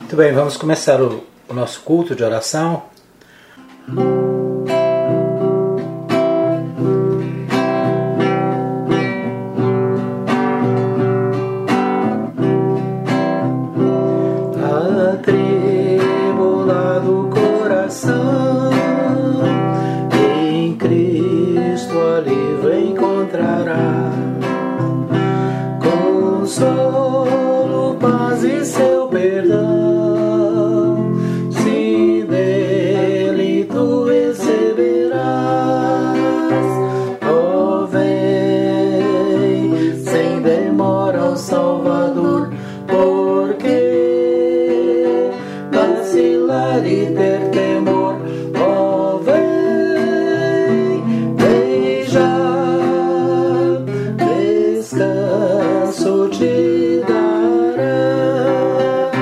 Muito bem, vamos começar o nosso culto de oração. Atribulado coração, em Cristo alívio encontrará consolo, paz e seu perdão. Sim, dele tu receberás. Oh, vem sem demora ao Salvador, porque vacilar e ter temor. Oh, vem, vem já, descanso te dará,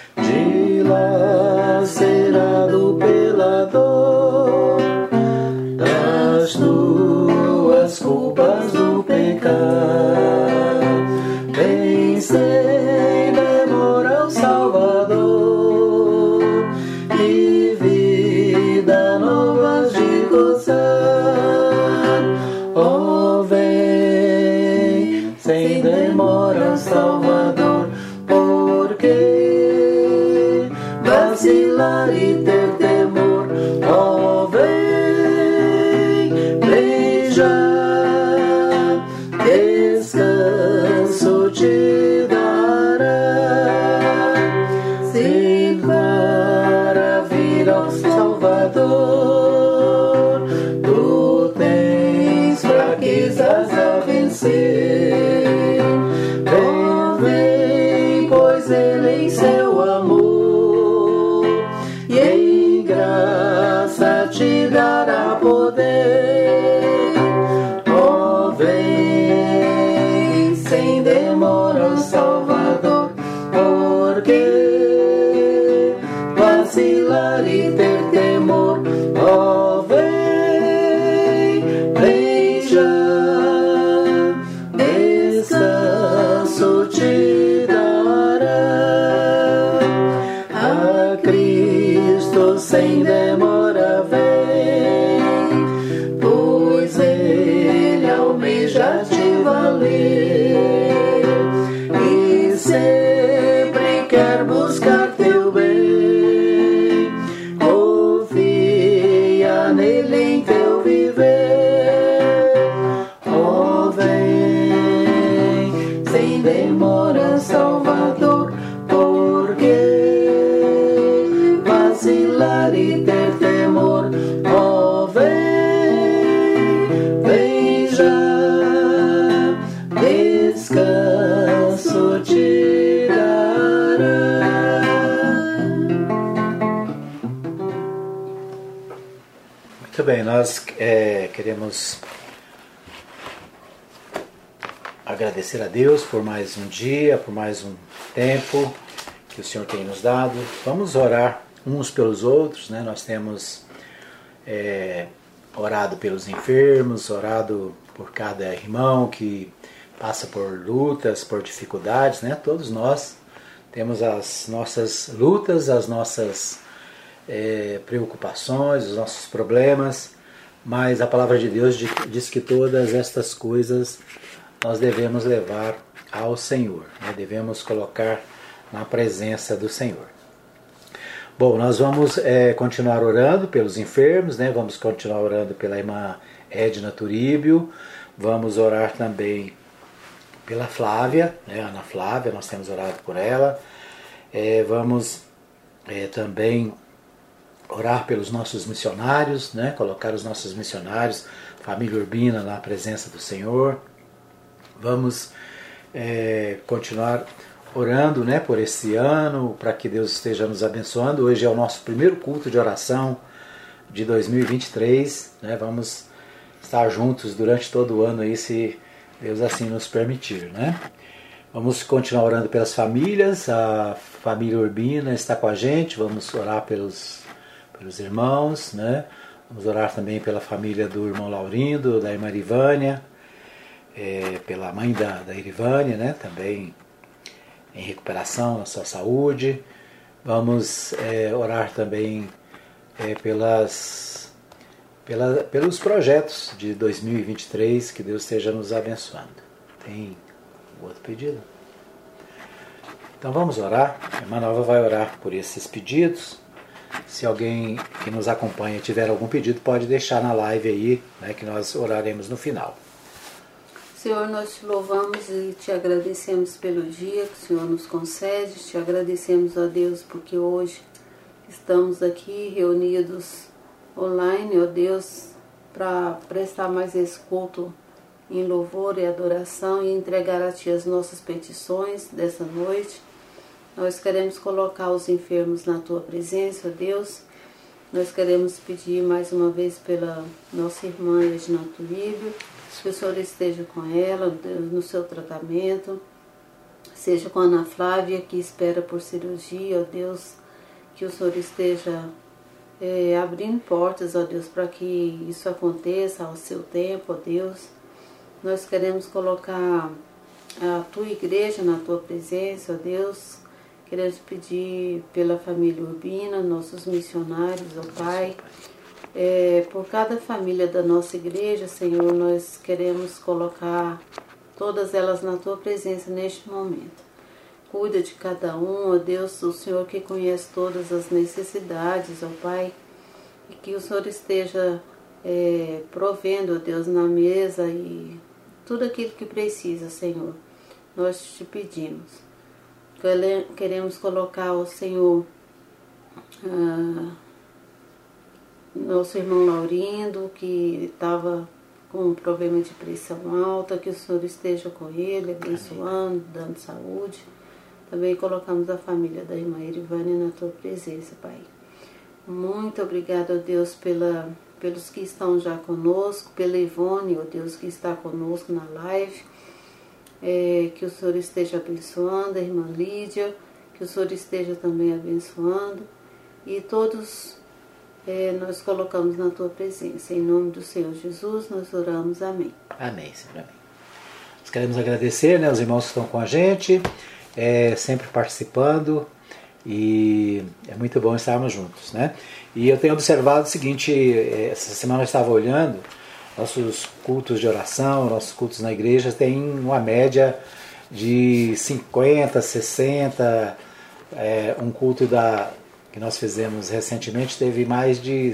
dilacerado pela dor das tuas culpas do pecado. Vem sem demora ao Salvador e vida nova de gozar. Oh, vem sem demora ao Salvador, porque vacilar e ter temor. Oh, vem, vem já, descanso te dará. Sim, para vir ao Salvador, tu tens fraquezas a vencer. Vem, vem, pois Ele em seu amor e em graça te dará poder. Oh, vem sem demora ao Salvador, porque vacilar e ter temor. Oh, vem, vem já, descanso te dará. A Cristo sem demora vem, pois Ele almeja te valer e sempre quer buscar teu bem. Confia nele em teu viver. Oh, vem sem demora, Salvador, porque vacilar e ter temor. Oh, vem, vem já, descanso te dará. Muito bem, nós queremos agradecer a Deus por mais um dia, por mais um tempo que o Senhor tem nos dado. Vamos orar uns pelos outros, né? Nós temos orado pelos enfermos, orado por cada irmão que passa por lutas, por dificuldades, né? Todos nós temos as nossas lutas, as nossas preocupações, os nossos problemas, mas a palavra de Deus diz que todas estas coisas nós devemos levar ao Senhor, né? Devemos colocar na presença do Senhor. Bom, nós vamos continuar orando pelos enfermos, né? Vamos continuar orando pela irmã Edna Turíbio, vamos orar também pela Flávia, né? Ana Flávia, nós temos orado por ela. Vamos também orar pelos nossos missionários, né? Colocar os nossos missionários, família Urbina, na presença do Senhor. Vamos continuar orando, né, por esse ano, para que Deus esteja nos abençoando. Hoje é o nosso primeiro culto de oração de 2023, né? Vamos estar juntos durante todo o ano aí, se Deus assim nos permitir, né? Vamos continuar orando pelas famílias. A família Urbina está com a gente. Vamos orar pelos irmãos, né? Vamos orar também pela família do irmão Laurindo, da irmã Irivânia, pela mãe da Irivânia, né? Também em recuperação na sua saúde. Vamos orar também pelos projetos de 2023, que Deus esteja nos abençoando. Tem outro pedido? Então vamos orar. A irmã Nova vai orar por esses pedidos. Se alguém que nos acompanha tiver algum pedido, pode deixar na live aí, né, que nós oraremos no final. Senhor, nós te louvamos e te agradecemos pelo dia que o Senhor nos concede. Te agradecemos, ó Deus, porque hoje estamos aqui reunidos online, ó Deus, para prestar mais esse culto em louvor e adoração e entregar a Ti as nossas petições dessa noite. Nós queremos colocar os enfermos na Tua presença, ó Deus. Nós queremos pedir mais uma vez pela nossa irmã Edna Tulíbio, que o Senhor esteja com ela no seu tratamento, seja com a Ana Flávia, que espera por cirurgia, ó Deus, que o Senhor esteja abrindo portas, ó Deus, para que isso aconteça ao seu tempo, ó Deus. Nós queremos colocar a Tua igreja na Tua presença, ó Deus. Queremos pedir pela família Urbina, nossos missionários, ó Pai. Por cada família da nossa igreja, Senhor, nós queremos colocar todas elas na Tua presença neste momento. Cuida de cada um, ó Deus, o Senhor que conhece todas as necessidades, ó Pai, e que o Senhor esteja provendo, ó Deus, na mesa e tudo aquilo que precisa, Senhor. Nós te pedimos. Queremos colocar o Senhor, nosso irmão Laurindo, que estava com um problema de pressão alta, que o Senhor esteja com ele, abençoando, dando saúde. Também colocamos a família da irmã Erivânia na Tua presença, Pai. Muito obrigado, ó Deus, pelos que estão já conosco, pela Ivone, ó Deus, que está conosco na live. Que o Senhor esteja abençoando, a irmã Lídia, que o Senhor esteja também abençoando. E todos nós colocamos na Tua presença. Em nome do Senhor Jesus, nós oramos. Amém. Amém, Senhor. Amém. Nós queremos agradecer, né, os irmãos que estão com a gente, sempre participando, e é muito bom estarmos juntos, né? E eu tenho observado o seguinte, essa semana eu estava olhando, nossos cultos de oração, nossos cultos na igreja têm uma média de 50, 60, um culto que nós fizemos recentemente teve mais de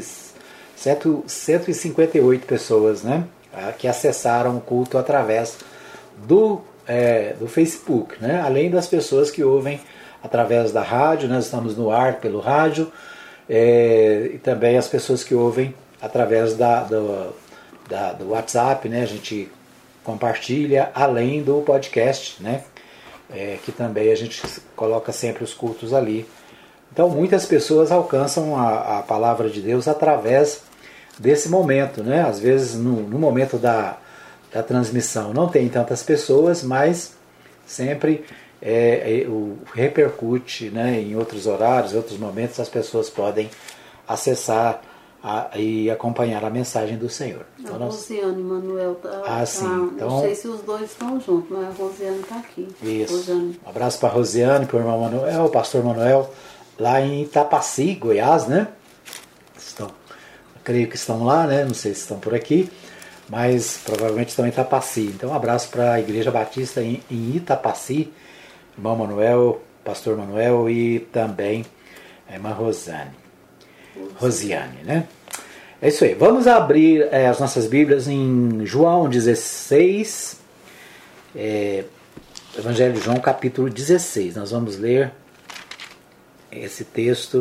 158 pessoas, né, que acessaram o culto através do Facebook, né, além das pessoas que ouvem através da rádio, nós estamos no ar pelo rádio, e também as pessoas que ouvem através do WhatsApp, né? A gente compartilha, além do podcast, né? Que também a gente coloca sempre os cultos ali. Então muitas pessoas alcançam a palavra de Deus através desse momento, né? Às vezes no momento da transmissão não tem tantas pessoas, mas sempre repercute, né? Em outros horários, em outros momentos, as pessoas podem acessar e acompanhar a mensagem do Senhor. Então, a Rosiane e Manuel sim. Então, não sei se os dois estão juntos, mas a Rosiane está aqui. Isso. Rosiane. Um abraço para a Rosiane, para o irmão Manuel, o pastor Manuel, lá em Itapaci, Goiás, né? Creio que estão lá, né? Não sei se estão por aqui, mas provavelmente estão em Itapaci. Então, um abraço para a Igreja Batista em Itapaci, irmão Manuel, pastor Manuel e também a irmã Rosiane, né? É isso aí. Vamos abrir as nossas Bíblias em João 16, Evangelho de João, capítulo 16. Nós vamos ler esse texto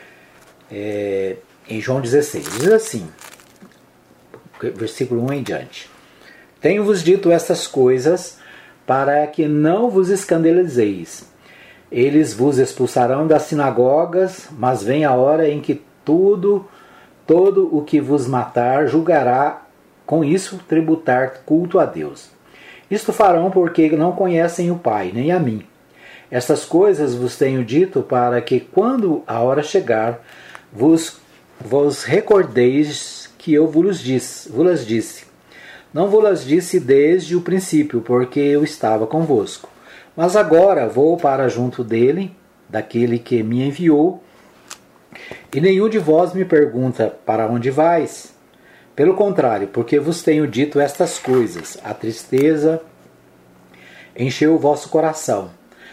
em João 16. Diz assim, versículo 1 em diante. Tenho-vos dito estas coisas para que não vos escandalizeis. Eles vos expulsarão das sinagogas, mas vem a hora em que todo o que vos matar julgará com isso tributar culto a Deus. Isto farão porque não conhecem o Pai, nem a mim. Estas coisas vos tenho dito para que, quando a hora chegar, vos recordeis que eu vos disse. Não vos disse desde o princípio, porque eu estava convosco. Mas agora vou para junto dele, daquele que me enviou, e nenhum de vós me pergunta: para onde vais? Pelo contrário, porque vos tenho dito estas coisas, a tristeza encheu o vosso coração.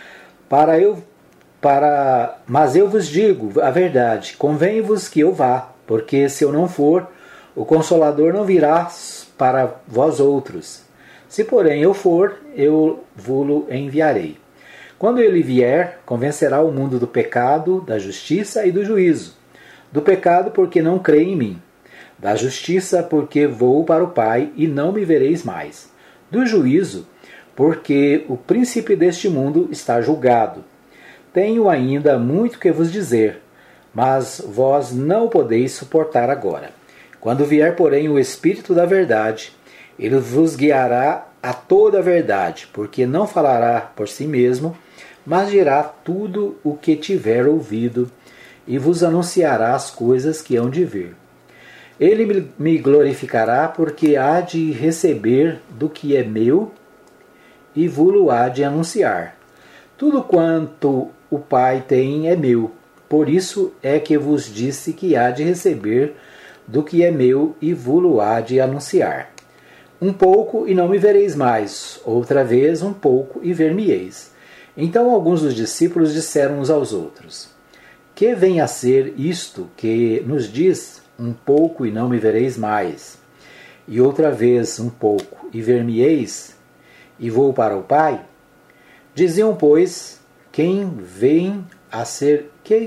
Mas eu vos digo a verdade, convém-vos que eu vá, porque se eu não for, o Consolador não virá para vós outros. Se porém eu for, eu vou-lo enviarei. Quando ele vier, convencerá o mundo do pecado, da justiça e do juízo. Do pecado, porque não crê em mim. Da justiça, porque vou para o Pai e não me vereis mais. Do juízo, porque o príncipe deste mundo está julgado. Tenho ainda muito que vos dizer, mas vós não o podeis suportar agora. Quando vier, porém, o Espírito da verdade, ele vos guiará a toda a verdade, porque não falará por si mesmo, mas dirá tudo o que tiver ouvido, e vos anunciará as coisas que hão de vir. Ele me glorificará, porque há de receber do que é meu, e vos-lo há de anunciar. Tudo quanto o Pai tem é meu, por isso é que vos disse que há de receber do que é meu, e vos-lo há de anunciar. Um pouco e não me vereis mais, outra vez um pouco e ver-me-eis. Então alguns dos discípulos disseram uns aos outros: que vem a ser isto que nos diz, um pouco e não me vereis mais, e outra vez um pouco e ver-me-eis, e vou para o Pai? Diziam, pois, que vem a ser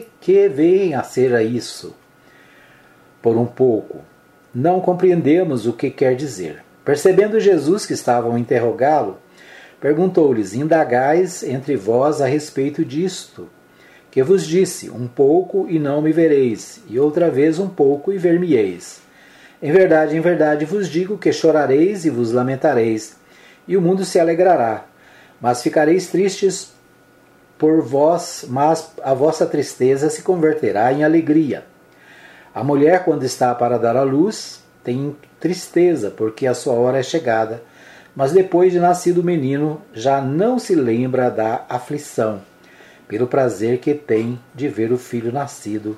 isso? Por um pouco. Não compreendemos o que quer dizer. Percebendo Jesus que estavam a interrogá-lo, perguntou-lhes: indagais entre vós a respeito disto, que vos disse, um pouco e não me vereis, e outra vez um pouco e ver-me-eis. Em verdade vos digo que chorareis e vos lamentareis, e o mundo se alegrará, mas ficareis tristes por vós, mas a vossa tristeza se converterá em alegria. A mulher, quando está para dar à luz, tem tristeza, porque a sua hora é chegada, mas depois de nascido o menino, já não se lembra da aflição, pelo prazer que tem de ver o filho nascido,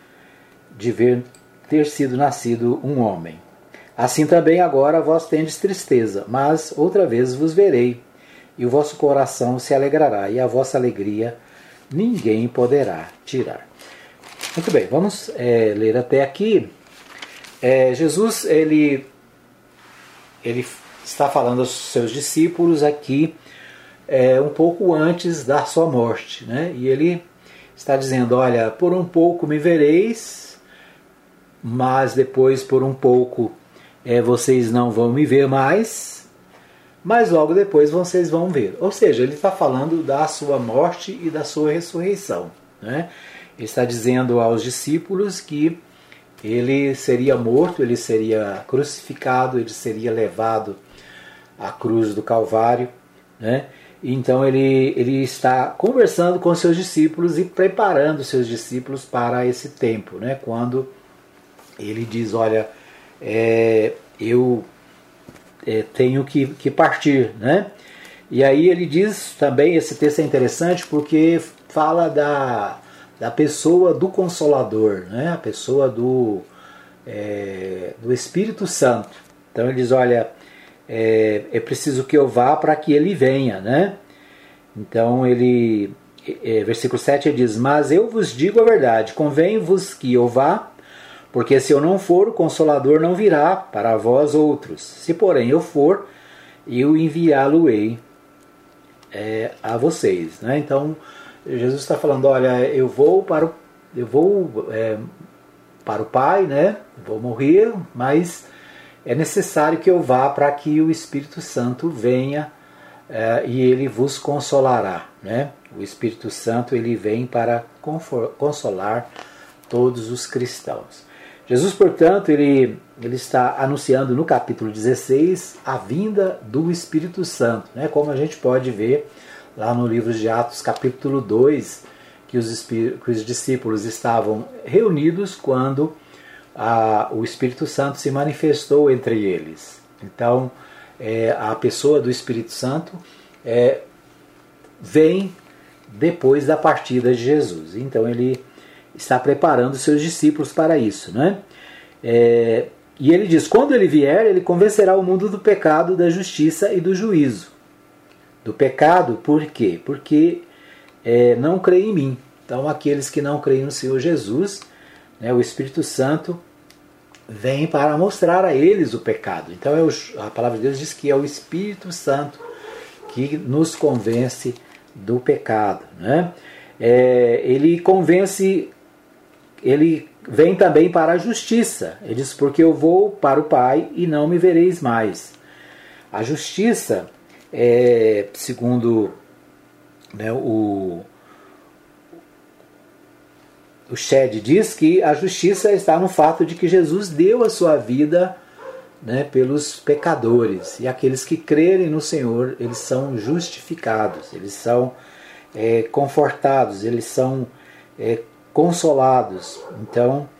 ter sido nascido um homem. Assim também agora vós tendes tristeza, mas outra vez vos verei, e o vosso coração se alegrará, e a vossa alegria ninguém poderá tirar. Muito bem, vamos ler até aqui. Jesus ele está falando aos seus discípulos aqui um pouco antes da sua morte, né? E ele está dizendo: olha, por um pouco me vereis, mas depois por um pouco vocês não vão me ver mais, mas logo depois vocês vão ver. Ou seja, ele está falando da sua morte e da sua ressurreição, né? Ele está dizendo aos discípulos que ele seria morto, ele seria crucificado, ele seria levado à cruz do Calvário, né? Então ele está conversando com seus discípulos e preparando seus discípulos para esse tempo, né? Quando ele diz: olha, eu tenho que partir, né? E aí ele diz também, esse texto é interessante porque fala da pessoa do Consolador, né? A pessoa do Espírito Santo. Então ele diz: olha, é preciso que eu vá para que ele venha, né? Então versículo 7 ele diz: mas eu vos digo a verdade, convém-vos que eu vá, porque se eu não for, o Consolador não virá para vós outros. Se porém eu for, eu enviá-lo-ei a vocês, né? Então Jesus está falando: olha, eu vou para o Pai, né? Vou morrer, mas é necessário que eu vá para que o Espírito Santo venha e ele vos consolará, né? O Espírito Santo ele vem para consolar todos os cristãos. Jesus, portanto, ele está anunciando no capítulo 16 a vinda do Espírito Santo, né? Como a gente pode ver lá no livro de Atos, capítulo 2, que os discípulos estavam reunidos quando o Espírito Santo se manifestou entre eles. Então, a pessoa do Espírito Santo vem depois da partida de Jesus. Então ele está preparando os seus discípulos para isso, né? E ele diz, quando ele vier, ele convencerá o mundo do pecado, da justiça e do juízo. Do pecado, por quê? Porque não creem em mim. Então aqueles que não creem no Senhor Jesus, né, o Espírito Santo vem para mostrar a eles o pecado. Então a palavra de Deus diz que é o Espírito Santo que nos convence do pecado, né? Ele convence, ele vem também para a justiça. Ele diz, porque eu vou para o Pai e não me vereis mais. A justiça, segundo, né, o Shedd diz que a justiça está no fato de que Jesus deu a sua vida, né, pelos pecadores. E aqueles que crerem no Senhor, eles são justificados, eles são confortados, eles são consolados. Então,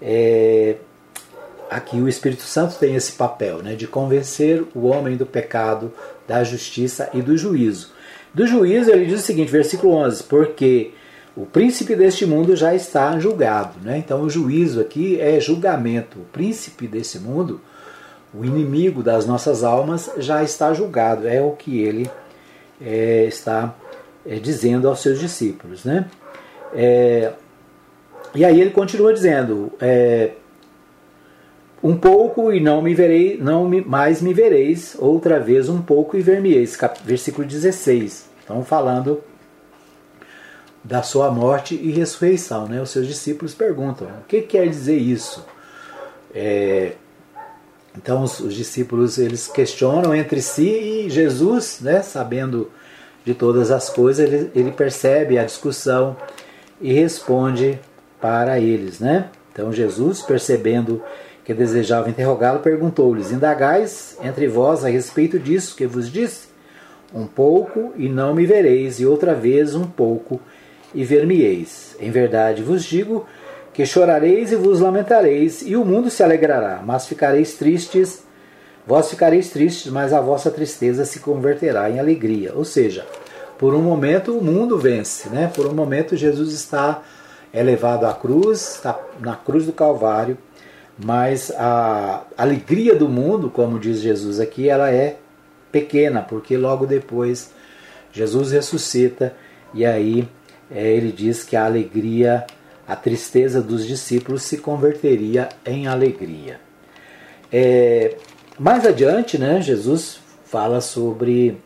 aqui o Espírito Santo tem esse papel, né, de convencer o homem do pecado, da justiça e do juízo. Do juízo ele diz o seguinte, versículo 11, porque o príncipe deste mundo já está julgado, né? Então o juízo aqui é julgamento. O príncipe desse mundo, o inimigo das nossas almas, já está julgado. É o que ele está dizendo aos seus discípulos, né? E aí ele continua dizendo, um pouco e não mais me vereis, outra vez um pouco e ver-me-eis. Versículo 16. Então falando da sua morte e ressurreição, né? Os seus discípulos perguntam, o que quer dizer isso? Então os discípulos eles questionam entre si e Jesus, né, sabendo de todas as coisas, ele percebe a discussão e responde para eles, né? Então Jesus, percebendo que desejava interrogá-lo, perguntou-lhes, indagais entre vós a respeito disso que vos disse? Um pouco e não me vereis, e outra vez um pouco e ver-me-eis. Em verdade vos digo que chorareis e vos lamentareis, e o mundo se alegrará, mas ficareis tristes, vós ficareis tristes, mas a vossa tristeza se converterá em alegria. Ou seja, por um momento o mundo vence, né? Por um momento Jesus está levado à cruz, está na cruz do Calvário, mas a alegria do mundo, como diz Jesus aqui, ela é pequena, porque logo depois Jesus ressuscita e aí ele diz que a alegria, a tristeza dos discípulos se converteria em alegria. Mais adiante, né, Jesus fala sobre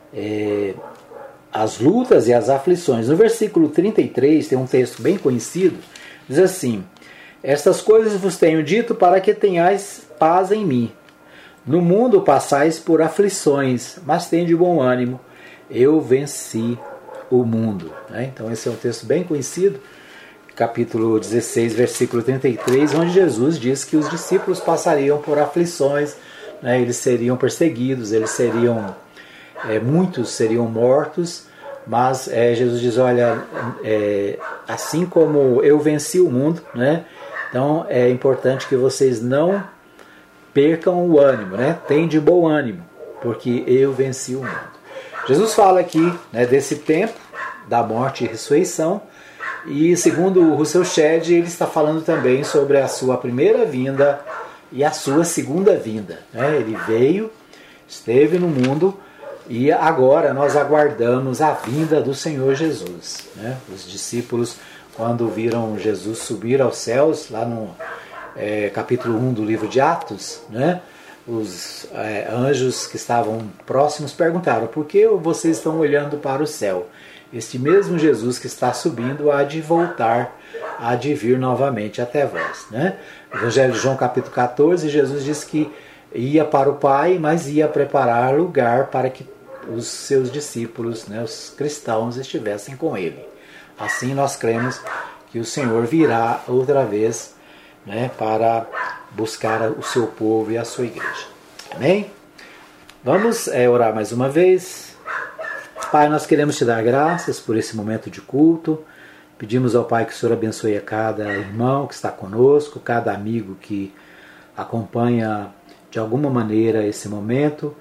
as lutas e as aflições. No versículo 33 tem um texto bem conhecido, diz assim, estas coisas vos tenho dito para que tenhais paz em mim. No mundo passais por aflições, mas tende bom ânimo, eu venci o mundo. Então esse é um texto bem conhecido, capítulo 16, versículo 33, onde Jesus diz que os discípulos passariam por aflições, né? Eles seriam perseguidos, muitos seriam mortos, mas Jesus diz, olha, assim como eu venci o mundo, né? Então é importante que vocês não percam o ânimo, né? Tende bom ânimo, porque eu venci o mundo. Jesus fala aqui, né, desse tempo da morte e ressurreição, e segundo o Russell Shedd, ele está falando também sobre a sua primeira vinda e a sua segunda vinda, né? Ele veio, esteve no mundo e agora nós aguardamos a vinda do Senhor Jesus, né? Os discípulos, quando viram Jesus subir aos céus, lá no capítulo 1 do livro de Atos, né? Os anjos que estavam próximos perguntaram, por que vocês estão olhando para o céu? Este mesmo Jesus que está subindo há de voltar, há de vir novamente até vós, né? Evangelho de João capítulo 14, Jesus diz que ia para o Pai, mas ia preparar lugar para que os seus discípulos, né, os cristãos, estivessem com ele. Assim nós cremos que o Senhor virá outra vez, né, para buscar o seu povo e a sua igreja. Amém? Vamos orar mais uma vez. Pai, nós queremos te dar graças por esse momento de culto. Pedimos ao Pai que o Senhor abençoe a cada irmão que está conosco, cada amigo que acompanha de alguma maneira esse momento,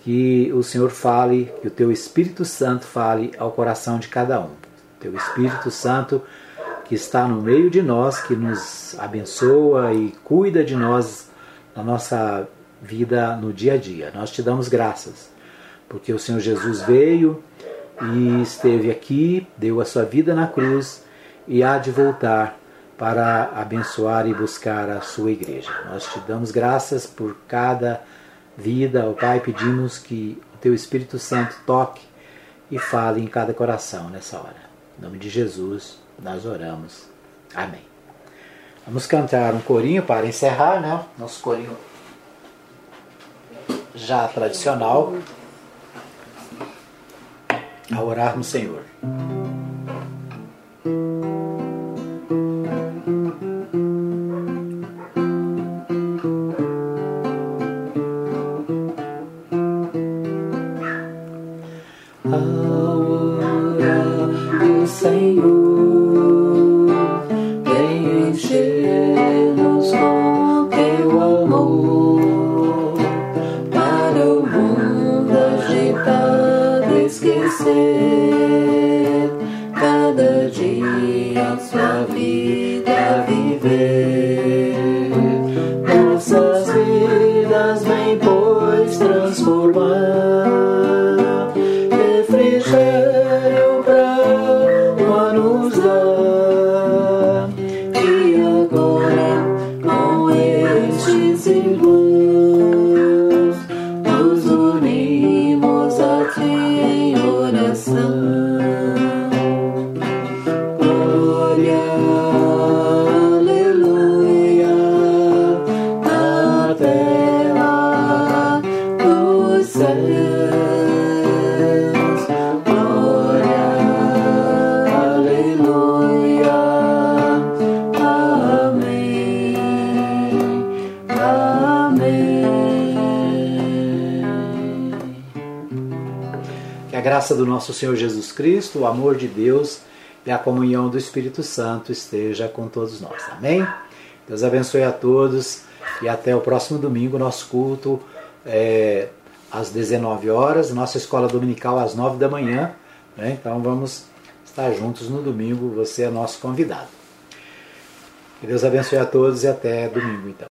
que o Senhor fale, que o Teu Espírito Santo fale ao coração de cada um. Teu Espírito Santo que está no meio de nós, que nos abençoa e cuida de nós na nossa vida no dia a dia. Nós te damos graças, porque o Senhor Jesus veio e esteve aqui, deu a sua vida na cruz e há de voltar para abençoar e buscar a sua igreja. Nós te damos graças por cada vida, ó Pai, pedimos que o Teu Espírito Santo toque e fale em cada coração nessa hora. Em nome de Jesus, nós oramos. Amém. Vamos cantar um corinho para encerrar, né? Nosso corinho já tradicional, a orar no Senhor. Senhor, vem encher-nos com Teu amor, para o mundo agitado esquecer cada dia a sua vida viver. Nossas vidas vem, pois, transformar, refrigério pra nos dar. E agora, com estes irmãos, nos unimos a Ti em oração. Glória, aleluia, até lá nos céus. Que a graça do nosso Senhor Jesus Cristo, o amor de Deus e a comunhão do Espírito Santo esteja com todos nós. Amém? Deus abençoe a todos e até o próximo domingo, nosso culto às 19 horas, nossa escola dominical às 9 da manhã. Né? Então vamos estar juntos no domingo, você é nosso convidado. Que Deus abençoe a todos e até domingo então.